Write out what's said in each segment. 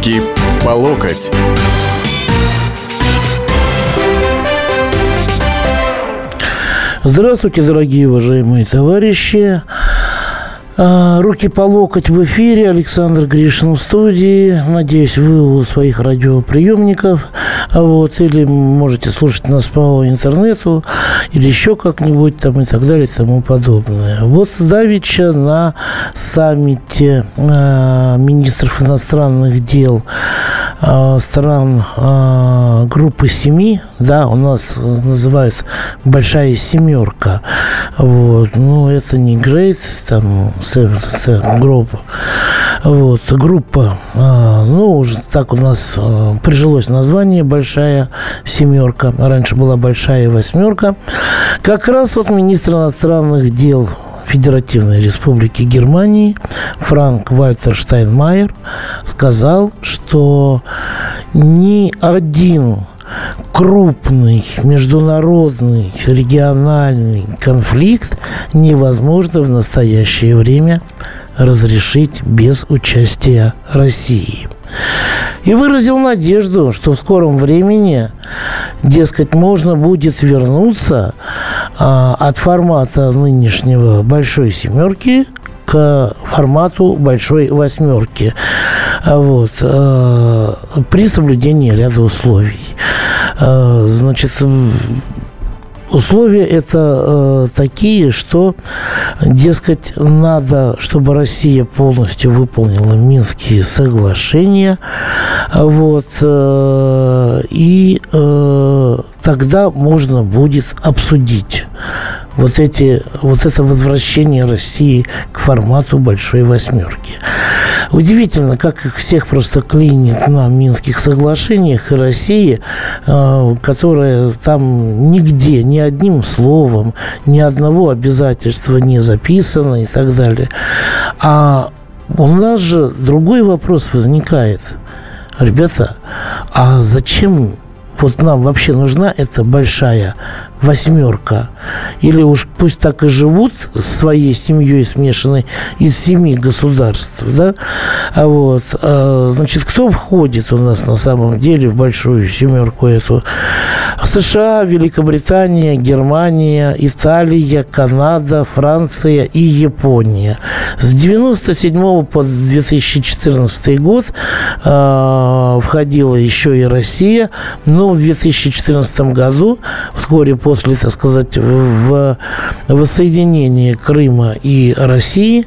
Руки по локоть. Здравствуйте, дорогие уважаемые товарищи. Руки по локоть в эфире. Александр Гришин в студии. Надеюсь, вы у своих радиоприемников. Или можете слушать нас по интернету, или еще как-нибудь там и так далее и тому подобное. Давеча на саммите министров иностранных дел стран группы 7, да, у нас называют большая семерка. Это не Great, там группа. Группа, уже так у нас прижилось название большая семерка. Раньше была большая восьмерка. Как раз министр иностранных дел Федеративной Республики Германии Франк-Вальтер Штайнмайер сказал, что ни один крупный международный региональный конфликт невозможно в настоящее время разрешить без участия России. И выразил надежду, что в скором времени, дескать, можно будет вернуться от формата нынешнего большой семерки к формату большой восьмерки, при соблюдении ряда условий. Условия это такие, что, дескать, надо, чтобы Россия полностью выполнила Минские соглашения, и тогда можно будет обсудить это возвращение России к формату большой восьмерки. Удивительно, как их всех просто клинит на Минских соглашениях, и Россия, которая там нигде, ни одним словом, ни одного обязательства не записано и так далее. А у нас же другой вопрос возникает. Ребята, а зачем нам вообще нужна эта большая восьмерка? Или уж пусть так и живут своей семьей, смешанной из 7 государств, да? Кто входит у нас на самом деле в большую семерку эту? США, Великобритания, Германия, Италия, Канада, Франция и Япония. С 1997 по 2014 год входила еще и Россия, но в 2014 году, вскоре после, так сказать, воссоединения Крыма и России,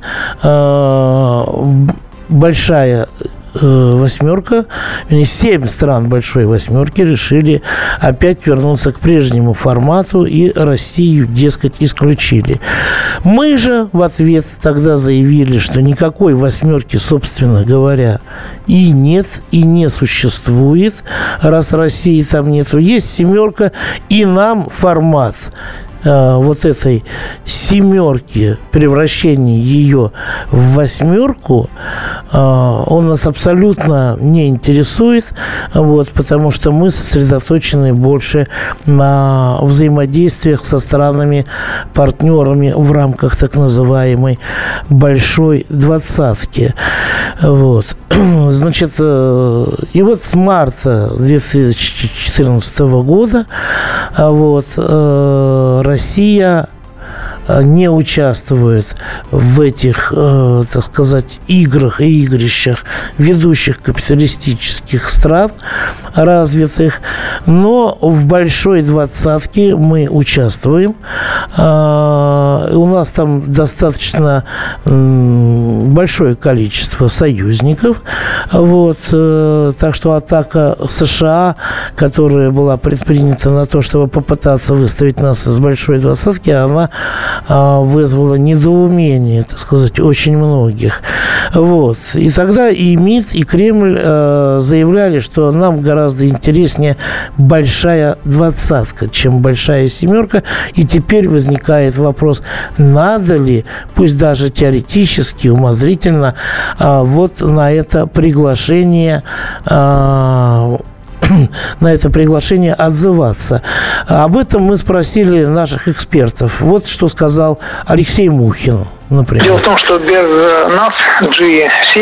большая восьмерка, 7 стран большой восьмерки решили опять вернуться к прежнему формату, и Россию, дескать, исключили. Мы же в ответ тогда заявили, что никакой восьмерки, собственно говоря, и нет, и не существует, раз России там нету. Есть семерка, и нам формат этой семерки, превращение ее в восьмерку, он нас абсолютно не интересует, потому что мы сосредоточены больше на взаимодействиях со странами-партнерами в рамках так называемой большой двадцатки. И с марта 2014 года Россия не участвует в этих, так сказать, играх и игрищах ведущих капиталистических стран развитых, но в большой двадцатке мы участвуем. У нас там достаточно большое количество союзников. Так что атака США, которая была предпринята на то, чтобы попытаться выставить нас из большой двадцатки, она вызвало недоумение, так сказать, очень многих. И тогда и МИД, и Кремль заявляли, что нам гораздо интереснее большая двадцатка, чем большая семерка. И теперь возникает вопрос, надо ли, пусть даже теоретически, умозрительно, на это приглашение отзываться. Об этом мы спросили наших экспертов. Что сказал Алексей Мухин, например. Дело в том, что без нас G7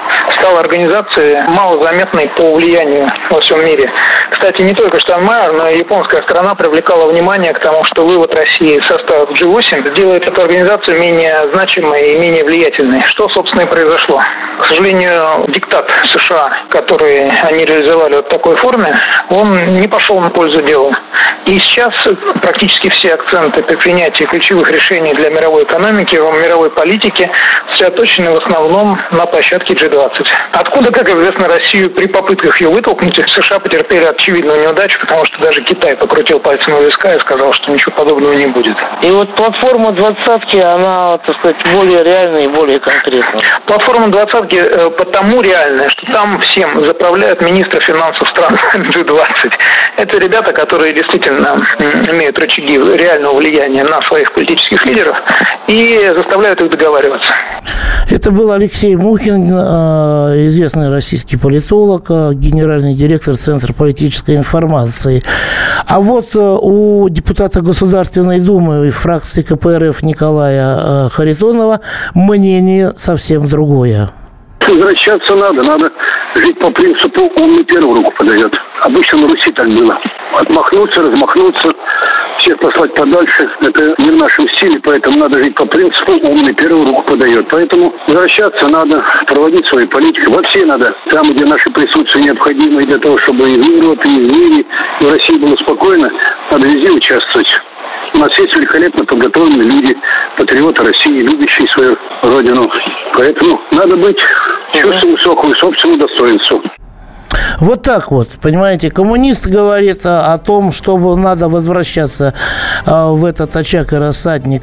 стала организацией малозаметной по влиянию во всем мире. Кстати, не только Штайнмайер, но и японская сторона привлекала внимание к тому, что вывод России из состава G8 делает эту организацию менее значимой и менее влиятельной. Что, собственно, и произошло. К сожалению, диктат США, который они реализовали в такой форме, он не пошел на пользу делу. И сейчас практически все акценты при принятии ключевых решений для мировой экономики, мировой политики сосредоточены в основном на площадке G20. Откуда, как известно, Россию при попытках ее вытолкнуть, США потерпели очевидную неудачу, потому что даже Китай покрутил пальцем у виска и сказал, что ничего подобного не будет. И вот платформа двадцатки, она, так сказать, более реальная и более конкретная. Платформа двадцатки потому реальная, что там всем заправляют министры финансов стран G20. Это ребята, которые действительно имеют рычаги реального влияния на своих политических лидеров и заставляют их договариваться. Это был Алексей Мухин, известный российский политолог, генеральный директор Центра политической информации. А вот у депутата Государственной Думы и фракции КПРФ Николая Харитонова мнение совсем другое. Возвращаться надо жить по принципу «умный первую руку подает». Обычно на Руси так было. Отмахнуться, размахнуться, всех послать подальше – это не в нашем стиле, поэтому надо жить по принципу «умный первую руку подает». Поэтому возвращаться надо, проводить свою политику. Вообще надо, там, где наше присутствие необходимо, и для того, чтобы и в Европе, и в мире, и в России было спокойно, надо везде участвовать. У нас есть великолепно подготовленные люди, патриоты России, любящие свою родину. Поэтому надо быть чувством высокого собственного достоинства. Вот так вот, понимаете, коммунист говорит о том, что надо возвращаться в этот очаг и рассадник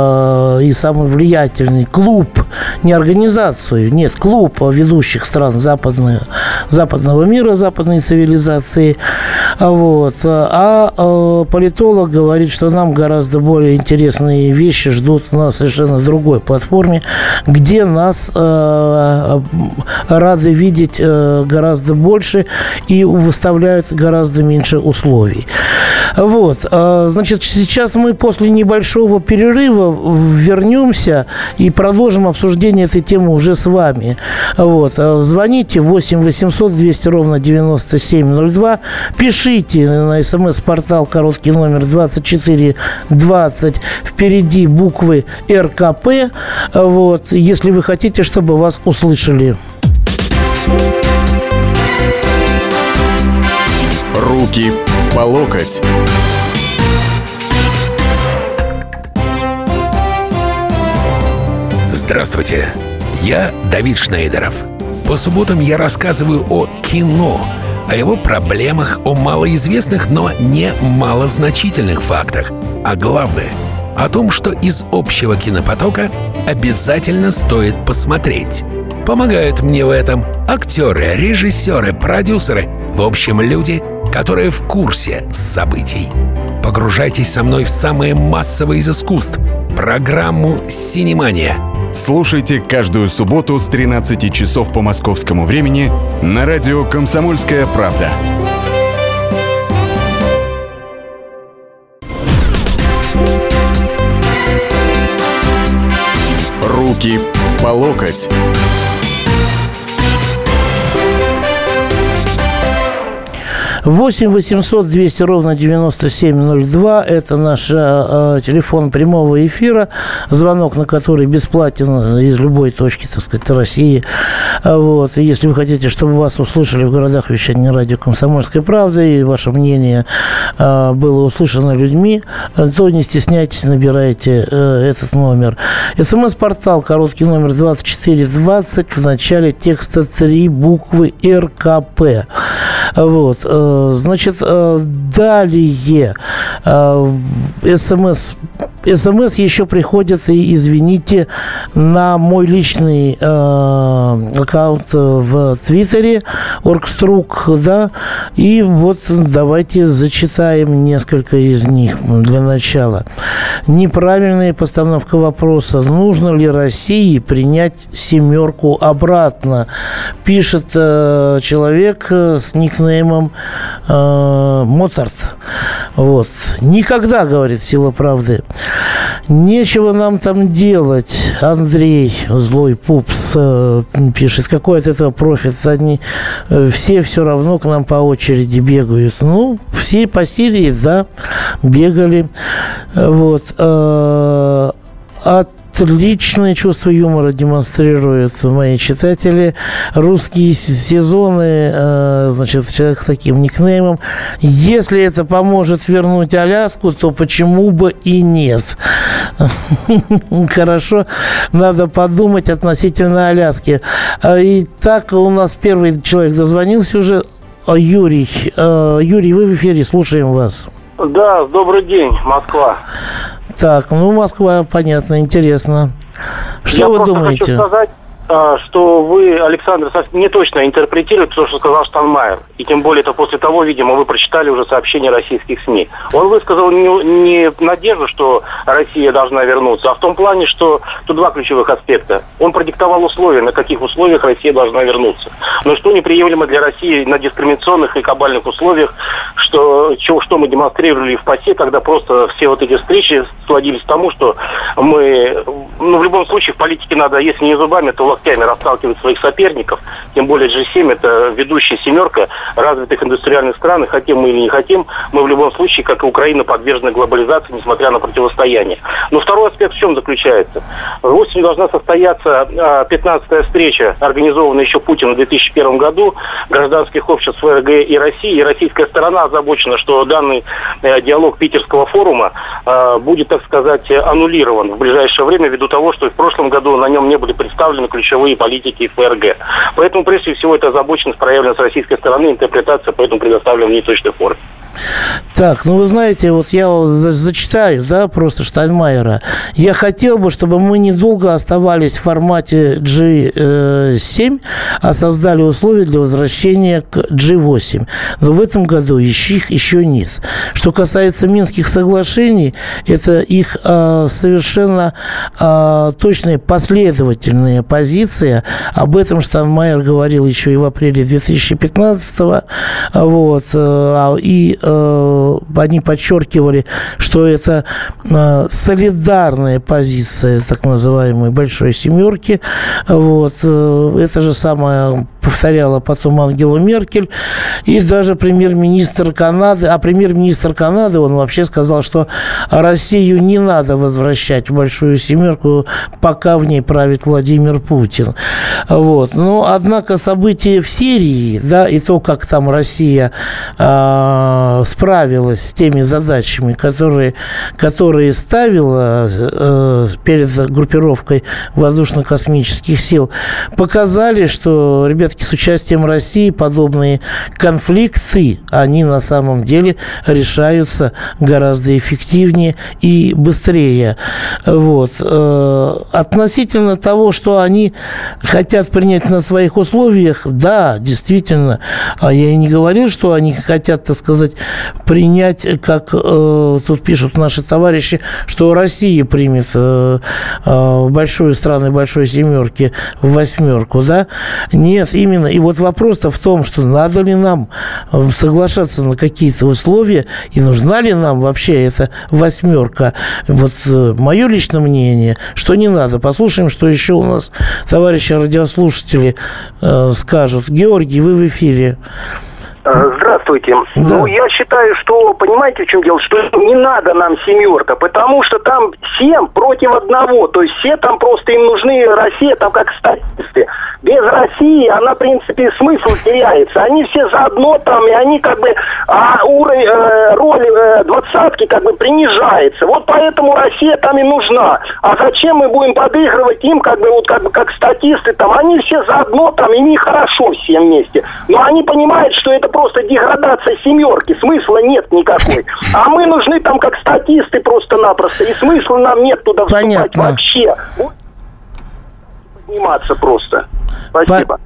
и самый влиятельный клуб, не организацию, нет, клуб ведущих стран западного мира, западной цивилизации. Вот. А политолог говорит, что нам гораздо более интересные вещи ждут на совершенно другой платформе, где нас рады видеть гораздо больше и выставляют гораздо меньше условий. Вот. Значит, сейчас мы после небольшого перерыва вернемся и продолжим обсуждение этой темы уже с вами. Вот. Звоните 8 800 200 ровно 9702. Пишите на СМС-портал короткий номер 2420. Впереди буквы РКП. Вот. Если вы хотите, чтобы вас услышали. Руки по локоть. Здравствуйте, я Давид Шнейдеров. По субботам я рассказываю о кино, о его проблемах, о малоизвестных, но не малозначительных фактах. А главное, о том, что из общего кинопотока обязательно стоит посмотреть. Помогают мне в этом актеры, режиссеры, продюсеры, в общем, люди, которые в курсе событий. Погружайтесь со мной в самое массовое из искусств — программу «Синемания». Слушайте каждую субботу с 13 часов по московскому времени на радио «Комсомольская правда». Руки по локоть. 8 800 200 ровно 9702. Это наш телефон прямого эфира. Звонок на который бесплатен из любой точки, так сказать, России. Вот. И если вы хотите, чтобы вас услышали в городах вещания радио «Комсомольская правда» и ваше мнение было услышано людьми, то не стесняйтесь, набирайте этот номер. СМС-портал короткий номер 2420. В начале текста 3 буквы РКП. Вот. Значит, далее СМС еще приходит, и, извините, на мой личный аккаунт в Твиттере, Оргструк, да, и вот давайте зачитаем несколько из них для начала. Неправильная постановка вопроса: нужно ли России принять семерку обратно? Пишет человек с никнеймом никнеймом Моцарт. Вот. Никогда, говорит «Сила правды». Нечего нам там делать. Андрей, злой пупс, пишет. Какой от этого профит? Они все равно к нам по очереди бегают. Ну, все по Сирии, да, бегали. Вот. Отличное чувство юмора демонстрируют мои читатели. Русские сезоны, значит, человек с таким никнеймом. Если это поможет вернуть Аляску, то почему бы и нет? Хорошо, надо подумать относительно Аляски. Итак, у нас первый человек дозвонился уже. Юрий. Юрий, вы в эфире, слушаем вас. Да, добрый день, Москва. Так, ну, Москва, понятно, интересно. Что вы думаете? Я хочу сказать, что вы, Александр, не точно интерпретируете то, что сказал Штайнмайер. И тем более это после того, видимо, вы прочитали уже сообщения российских СМИ. Он высказал не надежду, что Россия должна вернуться, а в том плане, что тут два ключевых аспекта. Он продиктовал условия, на каких условиях Россия должна вернуться. Но что неприемлемо для России на дискриминационных и кабальных условиях, что мы демонстрировали в ПАСЕ, когда просто все вот эти встречи сводились к тому, что мы, в любом случае в политике надо, если не зубами, то локтями расталкивать своих соперников. Тем более G7 это ведущая семерка развитых индустриальных стран, и хотим мы или не хотим, мы в любом случае, как и Украина, подвержены глобализации, несмотря на противостояние. Но второй аспект в чем заключается? Осенью должна состояться 15-я встреча, организованная еще Путиным в 2001 году, гражданских обществ ФРГ и России, и российская сторона озабочена, что данный диалог Питерского форума будет, так сказать, аннулирован в ближайшее время, ввиду того, что в прошлом году на нем не были представлены ключевые политики ФРГ. Поэтому, прежде всего, это озабоченность проявлена с российской стороны, интерпретация, поэтому предоставлена в неточной форме. Так, вы знаете, вот я зачитаю, да, просто Штайнмайера. Я хотел бы, чтобы мы недолго оставались в формате G7, а создали условия для возвращения к G8. Но в этом году их еще нет. Что касается Минских соглашений, это их совершенно точная последовательная позиция. Об этом Штайнмайер говорил еще и в апреле 2015-го. Вот, и они подчеркивали, что это солидарная позиция так называемой «большой семерки». Вот. Это же самое повторяла потом Ангела Меркель и даже премьер-министр Канады. А премьер-министр Канады, он вообще сказал, что Россию не надо возвращать в «большую семерку», пока в ней правит Владимир Путин. Вот. Но, однако, события в Сирии, да, и то, как там Россия справилась с теми задачами, которые ставила перед группировкой воздушно-космических сил, показали, что, ребятки, с участием России подобные конфликты, они на самом деле решаются гораздо эффективнее и быстрее. Вот. Относительно того, что они хотят принять на своих условиях, да, действительно, я и не говорил, что они хотят, так сказать, принять, как тут пишут наши товарищи, что Россия примет большую страну большой семерки в восьмерку, да? Нет, именно. И вот вопрос-то в том, что надо ли нам соглашаться на какие-то условия, и нужна ли нам вообще эта восьмерка. Вот мое личное мнение, что не надо. Послушаем, что еще у нас товарищи радиослушатели скажут. Георгий, вы в эфире. Здравствуйте. Да. Ну, я считаю, что, понимаете, в чем дело, что не надо нам семерка, потому что там 7 против 1. То есть все там просто им нужны, Россия там как статисты. Без России она, в принципе, смысл теряется. Они все заодно там, и они как бы, роль двадцатки как бы принижается. Вот поэтому Россия там и нужна. А зачем мы будем подыгрывать им, как бы, вот как статисты там? Они все заодно там, и нехорошо все вместе. Но они понимают, что это просто деградация семерки, смысла нет никакой. А мы нужны там как статисты просто-напросто, и смысла нам нет туда вступать. Понятно. Вообще. Подниматься просто. Спасибо.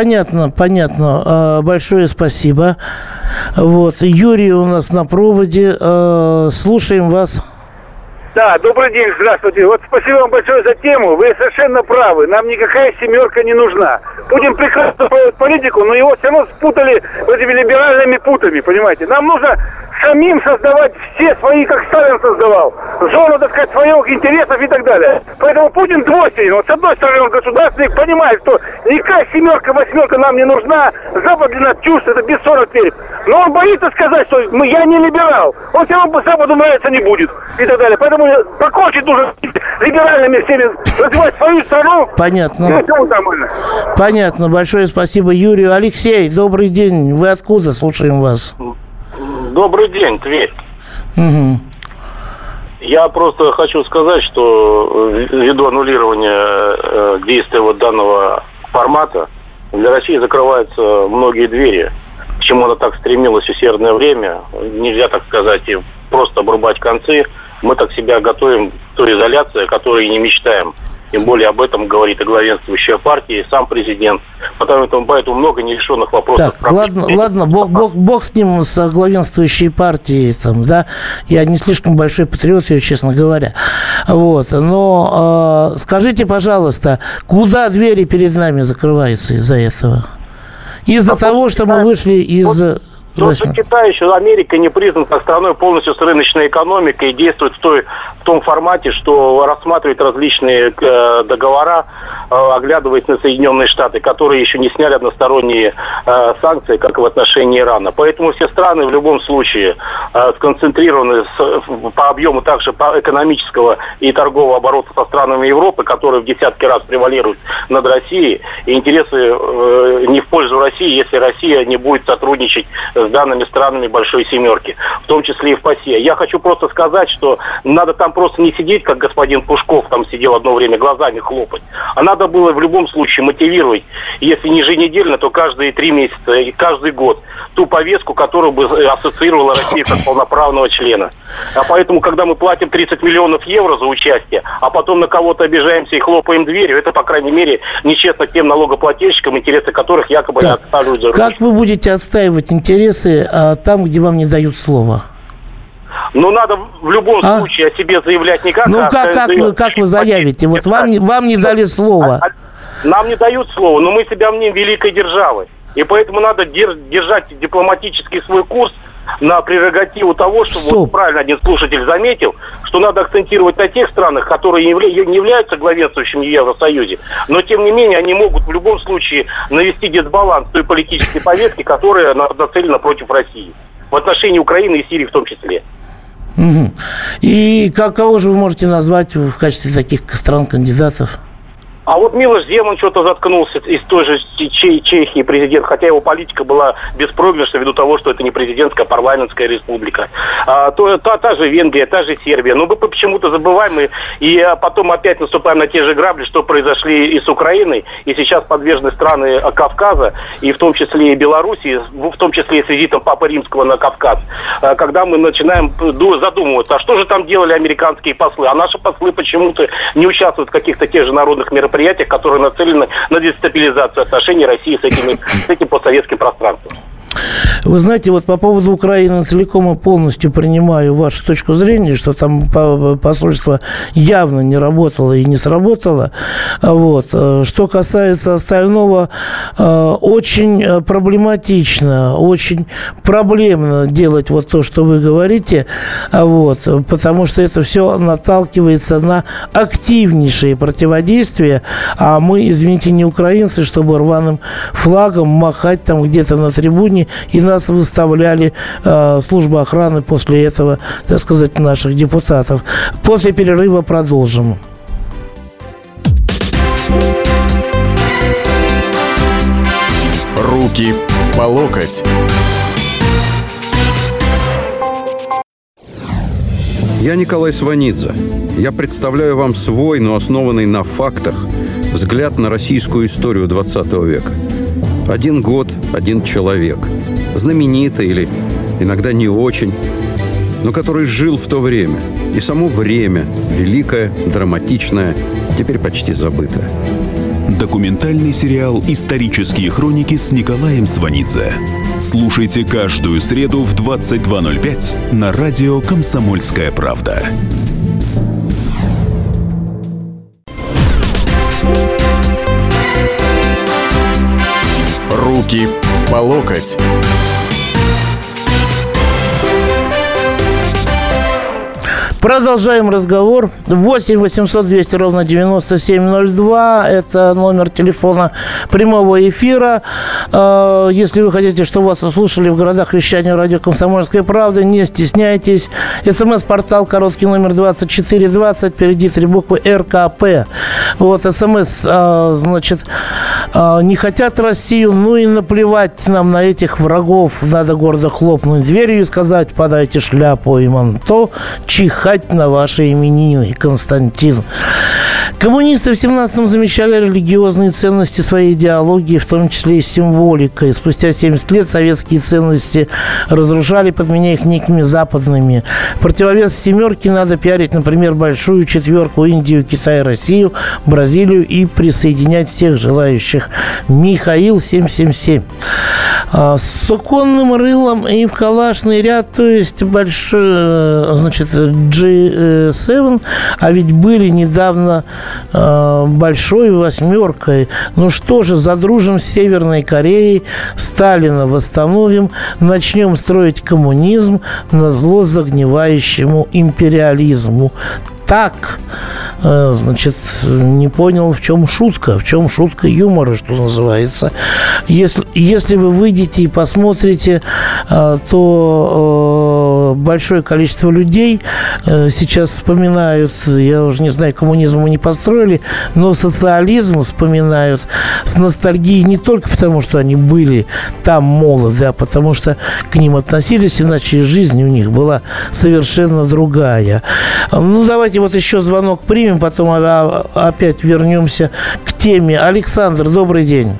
Понятно. Большое спасибо. Вот. Юрий у нас на проводе. Слушаем вас. Да, добрый день, здравствуйте. Вот спасибо вам большое за тему. Вы совершенно правы. Нам никакая семерка не нужна. Путин прекрасно проводит политику, но его все равно спутали этими либеральными путами, понимаете. Нам нужно самим создавать все свои, как Сталин создавал. Зону, так сказать, своих интересов и так далее. Поэтому Путин двойственен. Вот с одной стороны он государственник, понимает, что никакая семерка, восьмерка нам не нужна. Запад для нас чувствует, это бесспорно верит. Но он боится сказать, что я не либерал. Он все равно Западу нравиться не будет и так далее. Поэтому покончить нужно либеральными всеми, развивать свою страну. Понятно. Понятно. Большое спасибо Юрию. Алексей, добрый день. Вы откуда? Слушаем вас. Добрый день, Тверь. Угу. Я просто хочу сказать, что ввиду аннулирования действия вот данного формата для России закрываются многие двери, к чему она так стремилась усердное время. Нельзя, так сказать, просто обрубать концы. Мы так себя готовим к той изоляции, о которой и не мечтаем. Тем более об этом говорит и главенствующая партия, и сам президент. Поэтому много нерешенных вопросов. Так, ладно, бог с ним, с главенствующей партией, там, да. Я не слишком большой патриот ее, честно говоря. Вот. Но скажите, пожалуйста, куда двери перед нами закрываются из-за этого? Из-за того, что мы вышли из... То, что Китай, еще Америка не признан как страной полностью с рыночной экономикой и действует в том формате, что рассматривает различные договора, оглядываясь на Соединенные Штаты, которые еще не сняли односторонние санкции, как в отношении Ирана. Поэтому все страны в любом случае сконцентрированы по объему также по экономического и торгового оборота со странами Европы, которые в десятки раз превалируют над Россией. И интересы не в пользу России, если Россия не будет сотрудничать с данными странами Большой Семерки, в том числе и в ПАСЕ. Я хочу просто сказать, что надо там просто не сидеть, как господин Пушков там сидел одно время, глазами хлопать. А надо было в любом случае мотивировать, если не еженедельно, то каждые 3 месяца и каждый год ту повестку, которую бы ассоциировала Россию как полноправного члена. А поэтому, когда мы платим 30 миллионов евро за участие, а потом на кого-то обижаемся и хлопаем дверью, это, по крайней мере, нечестно тем налогоплательщикам, интересы которых якобы не отставляют за рубеж. Как вы будете отстаивать интересы там, где вам не дают слова? Ну, надо в любом случае о себе заявлять не как... Ну, как вы заявите? Вот вам не дали слова. Нам не дают слова, но мы себя мним великой державой. И поэтому надо держать дипломатический свой курс на прерогативу того, что вот правильно один слушатель заметил, что надо акцентировать на тех странах, которые не являются главенствующими в Евросоюзе, но тем не менее они могут в любом случае навести дисбаланс той политической повестки, которая нацелена против России. В отношении Украины и Сирии в том числе. Угу. И кого же вы можете назвать в качестве таких стран-кандидатов? А вот Милош Земан что-то заткнулся из той же Чехии президент, хотя его политика была беспроигрышна ввиду того, что это не президентская, а парламентская республика. Та же Венгрия, та же Сербия. Но мы почему-то забываем и потом опять наступаем на те же грабли, что произошли и с Украиной, и сейчас подвержены страны Кавказа, и в том числе и Белоруссии, в том числе и с визитом Папы Римского на Кавказ. Когда мы начинаем задумываться, а что же там делали американские послы? А наши послы почему-то не участвуют в каких-то тех же народных мероприятиях, которые нацелены на дестабилизацию отношений России с этим постсоветским пространством. Вы знаете, вот по поводу Украины целиком и полностью принимаю вашу точку зрения, что там посольство явно не работало и не сработало. Вот. Что касается остального, очень проблематично, очень проблемно делать вот то, что вы говорите, вот, потому что это все наталкивается на активнейшие противодействия, а мы, извините, не украинцы, чтобы рваным флагом махать там где-то на трибуне, и нас выставляли служба охраны после этого, так сказать, наших депутатов. После перерыва продолжим. Руки по локоть. Я Николай Сванидзе. Я представляю вам свой, но основанный на фактах, взгляд на российскую историю 20 века. 1 год, 1 человек. Знаменитый или иногда не очень, но который жил в то время. И само время великое, драматичное, теперь почти забытое. Документальный сериал «Исторические хроники» с Николаем Сванидзе. Слушайте каждую среду в 22:05 на радио «Комсомольская правда». Руки по локоть. Продолжаем разговор. 8 800 200 ровно 9702. Это номер телефона прямого эфира. Если вы хотите, чтобы вас услышали в городах вещания радио «Комсомольская правда», не стесняйтесь. СМС-портал, короткий номер 2420, впереди 3 буквы РКП. Вот СМС, значит, не хотят Россию, ну и наплевать нам на этих врагов. Надо гордо хлопнуть дверью и сказать: подайте шляпу и манто, чихать на ваши именины, Константин. Коммунисты в 17-м замещали религиозные ценности своей идеологии, в том числе и символикой. Спустя 70 лет советские ценности разрушали, подменяя их некими западными. В противовес семерке надо пиарить, например, большую четверку: Индию, Китай, Россию, Бразилию, и присоединять всех желающих. Михаил 777. С оконным рылом и в калашный ряд, то есть большой, значит, G7, а ведь были недавно большой восьмеркой. Ну что же, задружим с Северной Кореей, Сталина восстановим, начнем строить коммунизм назло загнивающему империализму. Так, значит, не понял, в чем шутка юмора, что называется. Если вы выйдете и посмотрите, то большое количество людей сейчас вспоминают, я уже не знаю, коммунизм мы не построили, но социализм вспоминают с ностальгией не только потому, что они были там молоды, а потому что к ним относились иначе, жизнь у них была совершенно другая. Ну, давайте вот еще звонок примем, потом опять вернемся к теме. Александр, добрый день.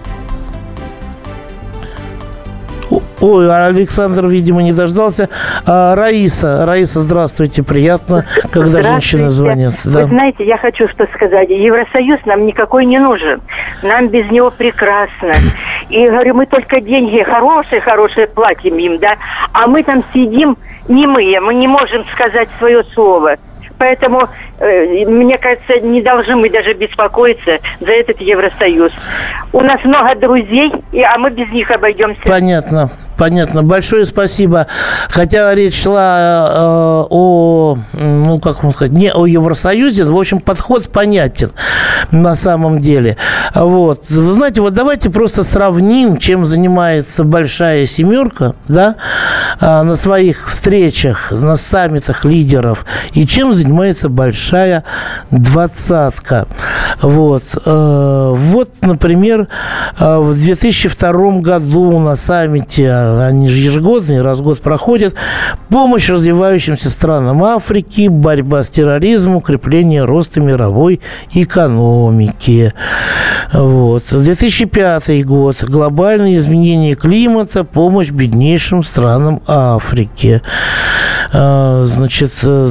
Ой, Александр, видимо, не дождался. Раиса, здравствуйте, приятно, когда женщины звонят. Да. Вы знаете, я хочу что сказать. Евросоюз нам никакой не нужен. Нам без него прекрасно. И, говорю, мы только деньги хорошие платим им, да, а мы там сидим немые, мы не можем сказать свое слово. Поэтому, мне кажется, не должны мы даже беспокоиться за этот Евросоюз. У нас много друзей, а мы без них обойдемся. Понятно. Большое спасибо. Хотя речь шла не о Евросоюзе, в общем, подход понятен на самом деле. Вот. Вы знаете, вот давайте просто сравним, чем занимается большая семерка, да, на своих встречах, на саммитах лидеров, и чем занимается большая двадцатка. Вот, например, в 2002 году на саммите, они же ежегодные, раз в год проходят, помощь развивающимся странам Африки, борьба с терроризмом, укрепление роста мировой экономики. Вот. 2005 год. Глобальные изменения климата, помощь беднейшим странам Африки. Значит,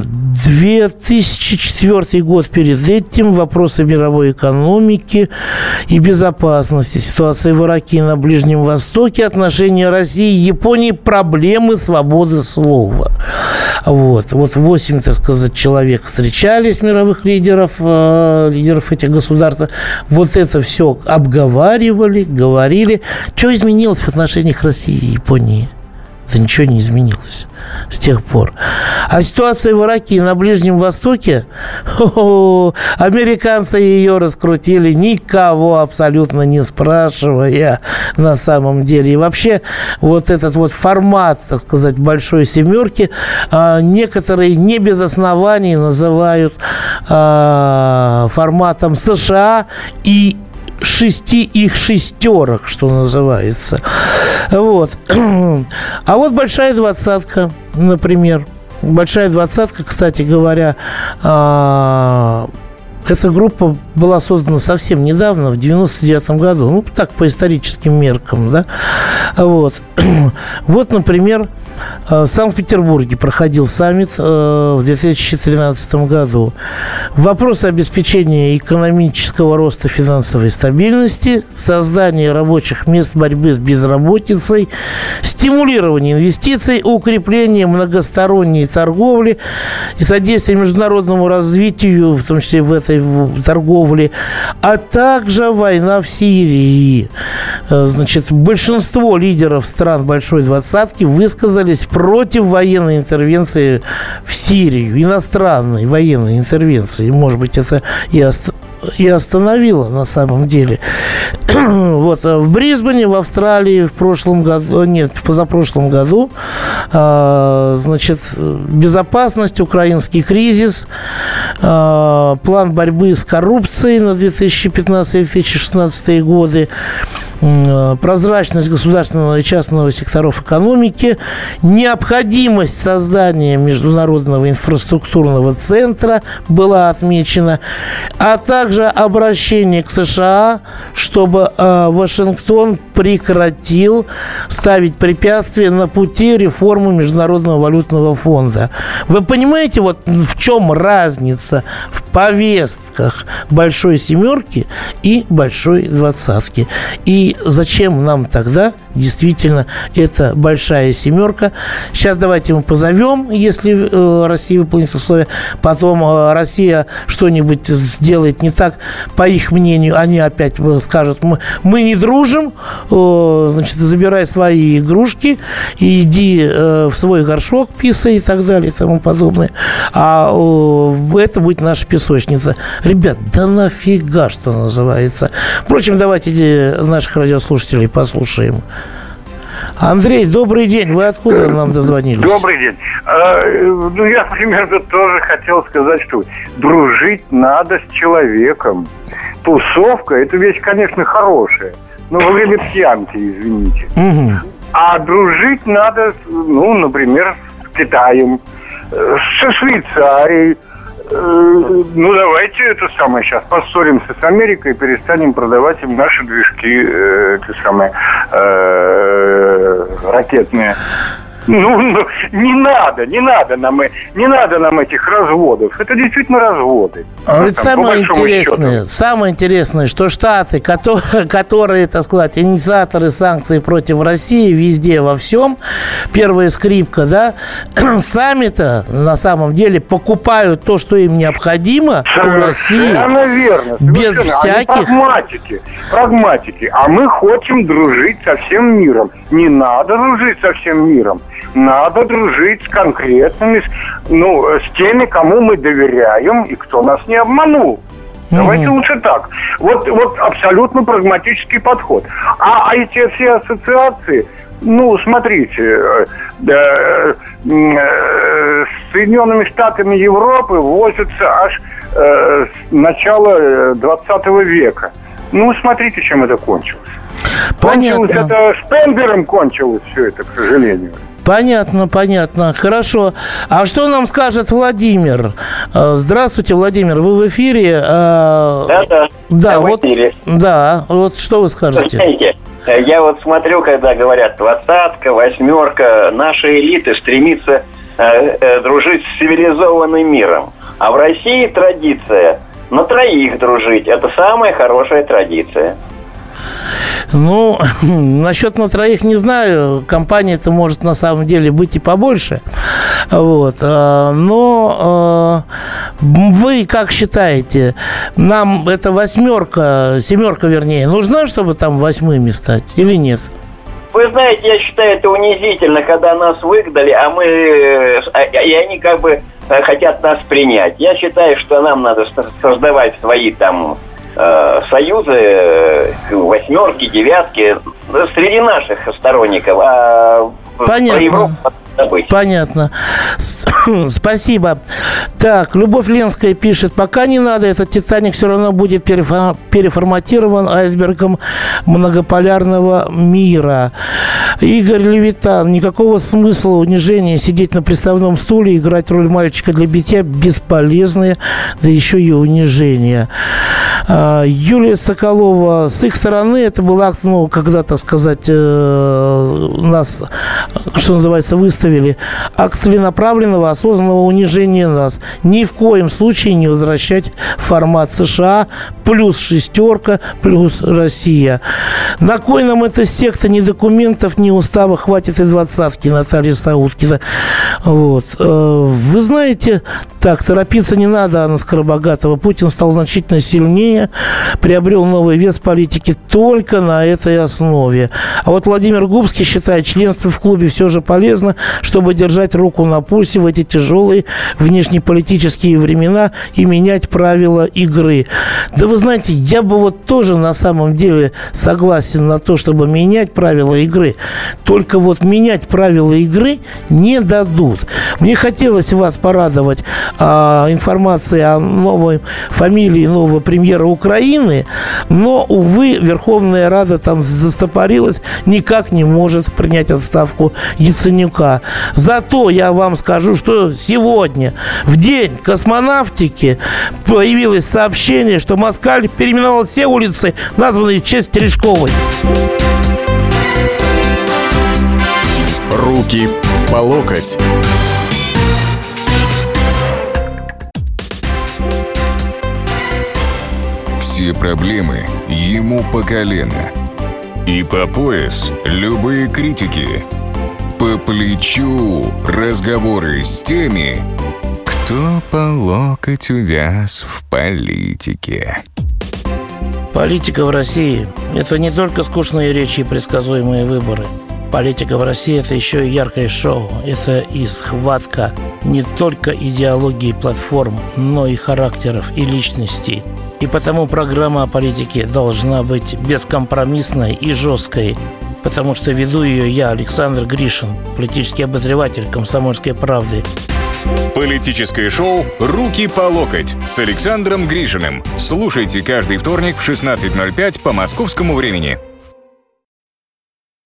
2004 год перед этим. Вопросы мировой экономики и безопасности. Ситуация в Ираке и на Ближнем Востоке. Отношения России и Японии. Проблемы свободы слова. Вот 8, так сказать, человек встречались, мировых лидеров этих государств. Вот это все обговаривали, говорили. Что изменилось в отношениях России и Японии? Да ничего не изменилось с тех пор. А ситуация в Ираке и на Ближнем Востоке, американцы ее раскрутили, никого абсолютно не спрашивая на самом деле. И вообще вот этот вот формат, так сказать, большой семерки, некоторые не без оснований называют форматом США и 6 их шестерок, что называется. Вот. А вот большая двадцатка, например. Большая двадцатка, кстати говоря, эта группа была создана совсем недавно, в 99 году. Ну, так, по историческим меркам, да. Вот. Вот, например, в Санкт-Петербурге проходил саммит в 2013 году. Вопросы обеспечения экономического роста, финансовой стабильности, создания рабочих мест, борьбы с безработицей, стимулирования инвестиций, укрепления многосторонней торговли и содействия международному развитию, в том числе в этой торговле, а также война в Сирии. Значит, большинство лидеров стран Большой Двадцатки высказались против военной интервенции в Сирию, иностранной военной интервенции. Может быть, это и остановило на самом деле. Вот в Брисбене, в Австралии в позапрошлом году, значит, безопасность, украинский кризис, план борьбы с коррупцией на 2015-2016 годы, прозрачность государственного и частного секторов экономики, необходимость создания международного инфраструктурного центра была отмечена, а также обращение к США, чтобы Вашингтон прекратил ставить препятствия на пути реформы Международного валютного фонда. Вы понимаете, вот в чем разница в повестках Большой Семерки и Большой Двадцатки? И зачем нам тогда действительно эта Большая Семерка? Сейчас давайте мы позовем, если Россия выполнит условия. Потом Россия что-нибудь сделает не так, по их мнению, они опять скажут, мы не дружим, значит, забирай свои игрушки, иди в свой горшок, писай и так далее и тому подобное. А это будет наша песочница. Ребят, да нафига, что называется. Впрочем, давайте наших радиослушателей послушаем. Андрей, добрый день. Вы откуда нам дозвонились? Добрый день. Я примерно тоже хотел сказать, что дружить надо с человеком. Тусовка – это вещь, конечно, хорошая, но во время пьянки, извините. А дружить надо, например, с Китаем, со Швейцарией. Давайте сейчас поссоримся с Америкой и перестанем продавать им наши движки, ракетные. Не надо нам этих разводов. Это действительно разводы. Самое интересное, что Штаты, которые, так сказать, инициаторы санкций против России везде, во всем, первая скрипка, да, сами-то на самом деле покупают то, что им необходимо у России. Совершенно верно. Без всяких... Прагматики. А мы хотим дружить со всем миром. Не надо дружить со всем миром. Надо дружить с конкретными, с теми, кому мы доверяем и кто нас не обманул. Давайте лучше так. Вот абсолютно прагматический подход. А эти все ассоциации, смотрите, с Соединенными Штатами Европы возятся аж с начала 20 века. Смотрите, чем это кончилось. Кончилось это Шпенглером, кончилось все это, к сожалению. Понятно. Хорошо. А что нам скажет Владимир? Здравствуйте, Владимир. Вы в эфире? Да, в эфире. Да, вот что вы скажете? Знаете, я смотрю, когда говорят двадцатка, восьмерка, наши элиты стремятся дружить с цивилизованным миром. А в России традиция на троих дружить. Это самая хорошая традиция. Насчет на троих не знаю. Компания-то может на самом деле быть и побольше. Но вы как считаете, нам эта семерка, нужна, чтобы там восьмыми стать или нет? Вы знаете, я считаю, это унизительно, когда нас выгнали, и они хотят нас принять. Я считаю, что нам надо создавать свои союзы, восьмерки, девятки среди наших сторонников. Понятно. Спасибо. Так, Любовь Ленская пишет: пока не надо, этот «Титаник» все равно будет переформатирован айсбергом многополярного мира. Игорь Левитан: никакого смысла унижения сидеть на приставном стуле, играть роль мальчика для битья бесполезное, да еще и унижение. Юлия Соколова, с их стороны, это был акт, ну, когда, так сказать, нас, что называется, выставили, акт целенаправленного, осознанного унижения нас. Ни в коем случае не возвращать формат США, плюс шестерка, плюс Россия. На кой нам эта секта? Ни документов, ни устава, хватит и двадцатки, Наталья Сауткина. Вот. Вы знаете, так, торопиться не надо, Анна Скоробогатова. Путин стал значительно сильнее, приобрел новый вес политики только на этой основе. А вот Владимир Губский считает, членство в клубе все же полезно, чтобы держать руку на пульсе в эти тяжелые внешнеполитические времена и менять правила игры. Да вы знаете, я бы вот тоже на самом деле согласен на то, чтобы менять правила игры. Только вот менять правила игры не дадут. Мне хотелось вас порадовать информацией о новой фамилии нового премьера Украины, но, увы, Верховная Рада там застопорилась, никак не может принять отставку Яценюка. Зато я вам скажу, что сегодня, в день космонавтики, появилось сообщение, что Москаль переименовал все улицы, названные в честь Терешковой. Руки по локоть. Все проблемы ему по колено. И по пояс любые критики. По плечу разговоры с теми, кто по локоть увяз в политике. Политика в России – это не только скучные речи и предсказуемые выборы. Политика в России – это еще и яркое шоу. Это и схватка не только идеологии платформ, но и характеров и личностей. И потому программа о политике должна быть бескомпромиссной и жесткой. Потому что веду ее я, Александр Гришин, политический обозреватель «Комсомольской правды». Политическое шоу «Руки по локоть» с Александром Гришиным. Слушайте каждый вторник в 16:05 по московскому времени.